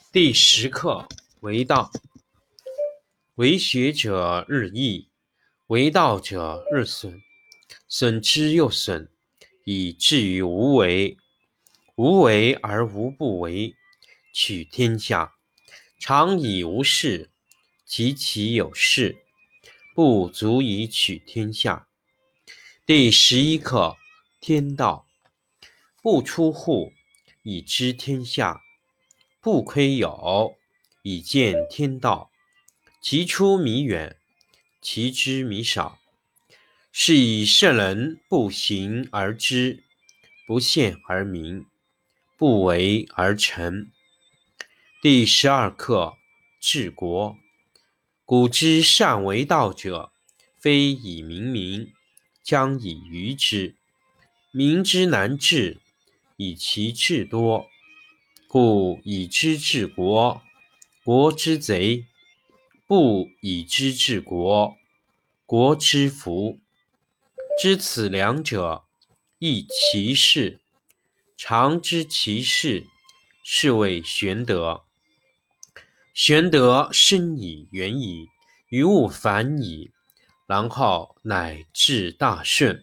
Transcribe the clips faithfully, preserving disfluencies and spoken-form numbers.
第十课为道，为学者日益，为道者日损，损之又损，以至于无为。无为而无不为，取天下常以无事，及其有事，不足以取天下。第十一课天道，不出户，以知天下；不窥牖，以见天道。其出弥远，其知弥少。是以圣人不行而知，不见而明，不为而成。第十二课治国。古之善为道者，非以明民，将以愚之。民之难治，以其智多。故以知治国，国之贼；不以知治国，国之福。知此两者，亦其事。常知其事，是谓玄德。玄德深矣远矣，于物反矣，然后乃至大顺。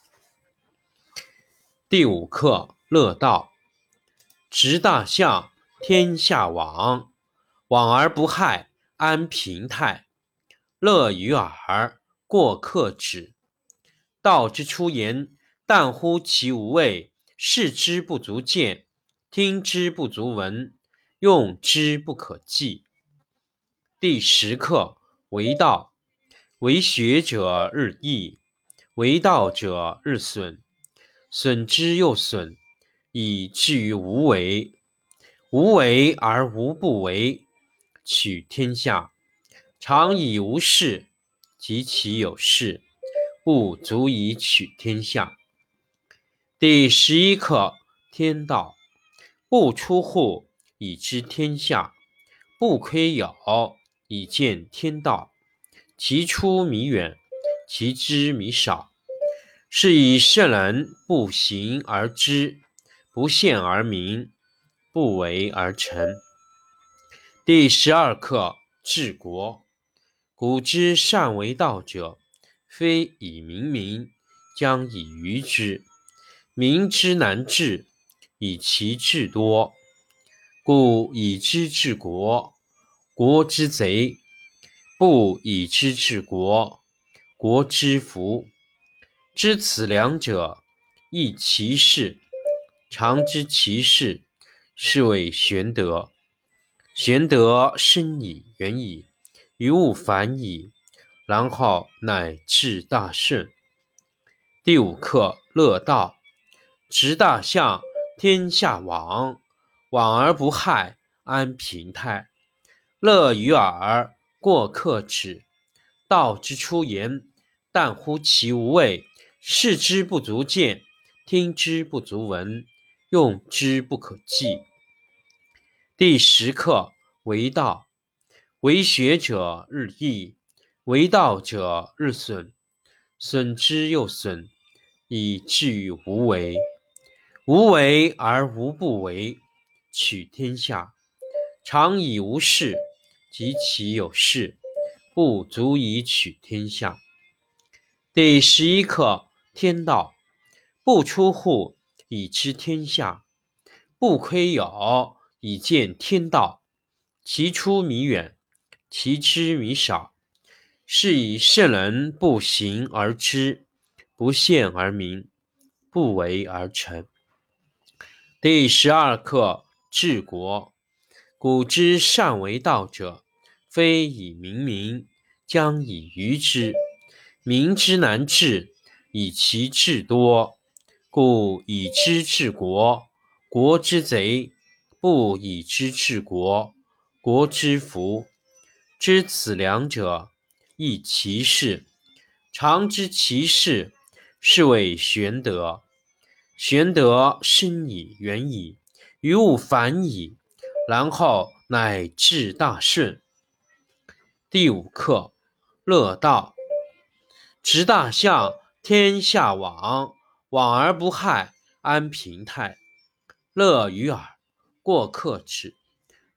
第五课乐道。执大象，天下往，往而不害，安平泰。乐于耳，过客止。道之出言，淡乎其无味，视之不足见，听之不足闻，用之不可计。第十课为道。为学者日益，为道者日损，损之又损，以至于无为。无为而无不为，取天下常以无事，及其有事，不足以取天下。第十一课天道。不出户，以知天下；不窥牖，以见天道。其出弥远，其知弥少。是以圣人不行而知，不见而明，不为而成。第十二课治国。古之善为道者，非以明民，将以愚之。民之难治，以其智多。故以知治国，国之贼；不以知治国，国之福。知此两者，亦其事。常知其事，是谓玄德。玄德深矣远矣，于物反矣，然后乃至大顺。第五课乐道。执大象，天下往，往而不害，安平泰。乐于耳，过客止。道之出言，淡乎其无味，视之不足见，听之不足闻，用之不可计。第十课为道。为学者日益，为道者日损，损之又损，以至于无为。无为而无不为，取天下常以无事，及其有事，不足以取天下。第十一课天道。不出户，以知天下；不窥牖，以见天道。其出弥远，其知弥少。是以圣人不行而知，不见而明，不为而成。第十二课治国。古之善为道者，非以明民，将以愚之。民之难治，以其智多。故以知治国，国之贼；不以知治国，国之福。知此两者，亦其事。常知其事，是谓玄德。玄德深矣远矣，于物反矣，然后乃至大顺。第五课乐道。执大象，天下往，往而不害，安平泰。乐于耳，过客止。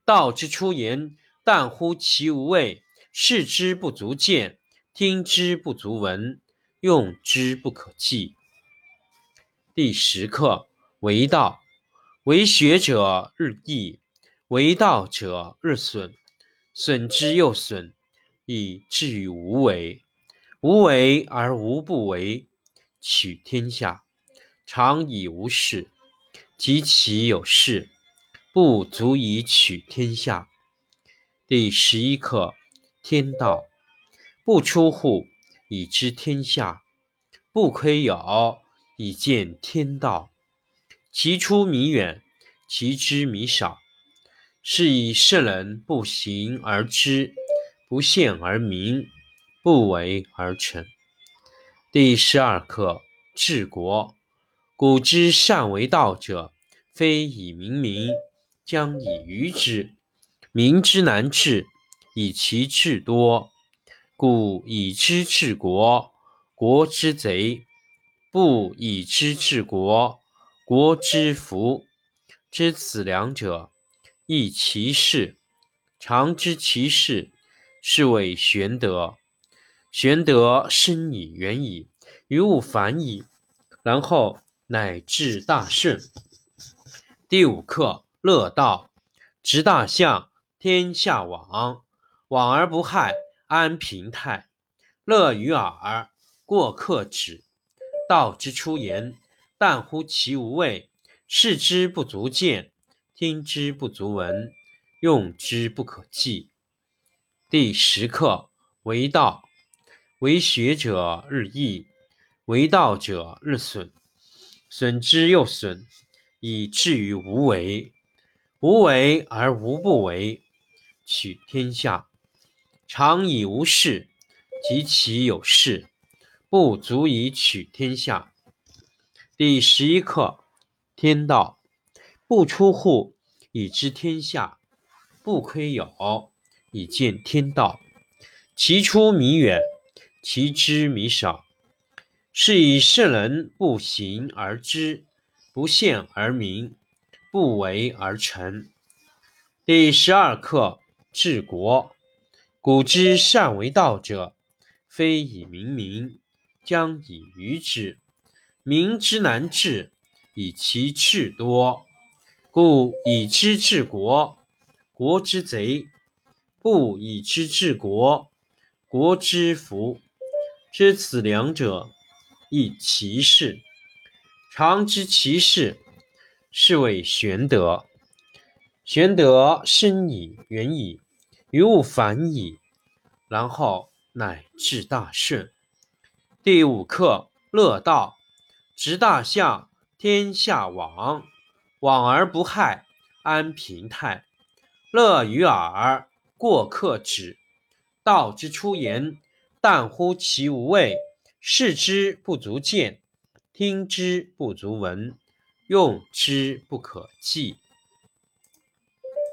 道之出言，淡乎其无味；视之不足见，听之不足闻，用之不可记。第十课为道，为学者日益，为道者日损，损之又损，以至于无为。无为而无不为，取天下常以无事，及其有事，不足以取天下。第十一课天道，不出户，以知天下；不窥牖，以见天道。其出弥远，其知弥少。是以圣人不行而知，不见而明，不为而成。第十二课治国。古之善为道者，非以明民，将以愚之。民之难治，以其智多。故以知治国，国之贼；不以知治国，国之福。知此两者，亦其事。常知其事，是谓玄德。玄德深矣远矣，于物反矣，然后乃至大顺。第五课乐道。执大象，天下往，往而不害，安平泰。乐于耳，过客止。道之出言，淡乎其无味；视之不足见，听之不足闻，用之不可记。第十课为道，为学者日益，为道者日损，损之又损，以至于无为。无为而无不为，取天下常以无事，及其有事，不足以取天下。第十一课天道，不出户，以知天下；不窥牖，以见天道。其出弥远，其知弥少。是以圣人不行而知，不见而明，不为而成。第十二课治国。古之善为道者，非以明民，将以愚之。民之难治，以其智多。故以知治国，国之贼；不以知治国，国之福。知此两者，亦其事。常知其事，是谓玄德。玄德深矣远矣，于物反矣，然后乃至大顺。第五课乐道。执大象，天下往，往而不害，安平泰。乐于耳，过客止。道之出言，淡乎其无味；视之不足见，听之不足闻，用之不可记。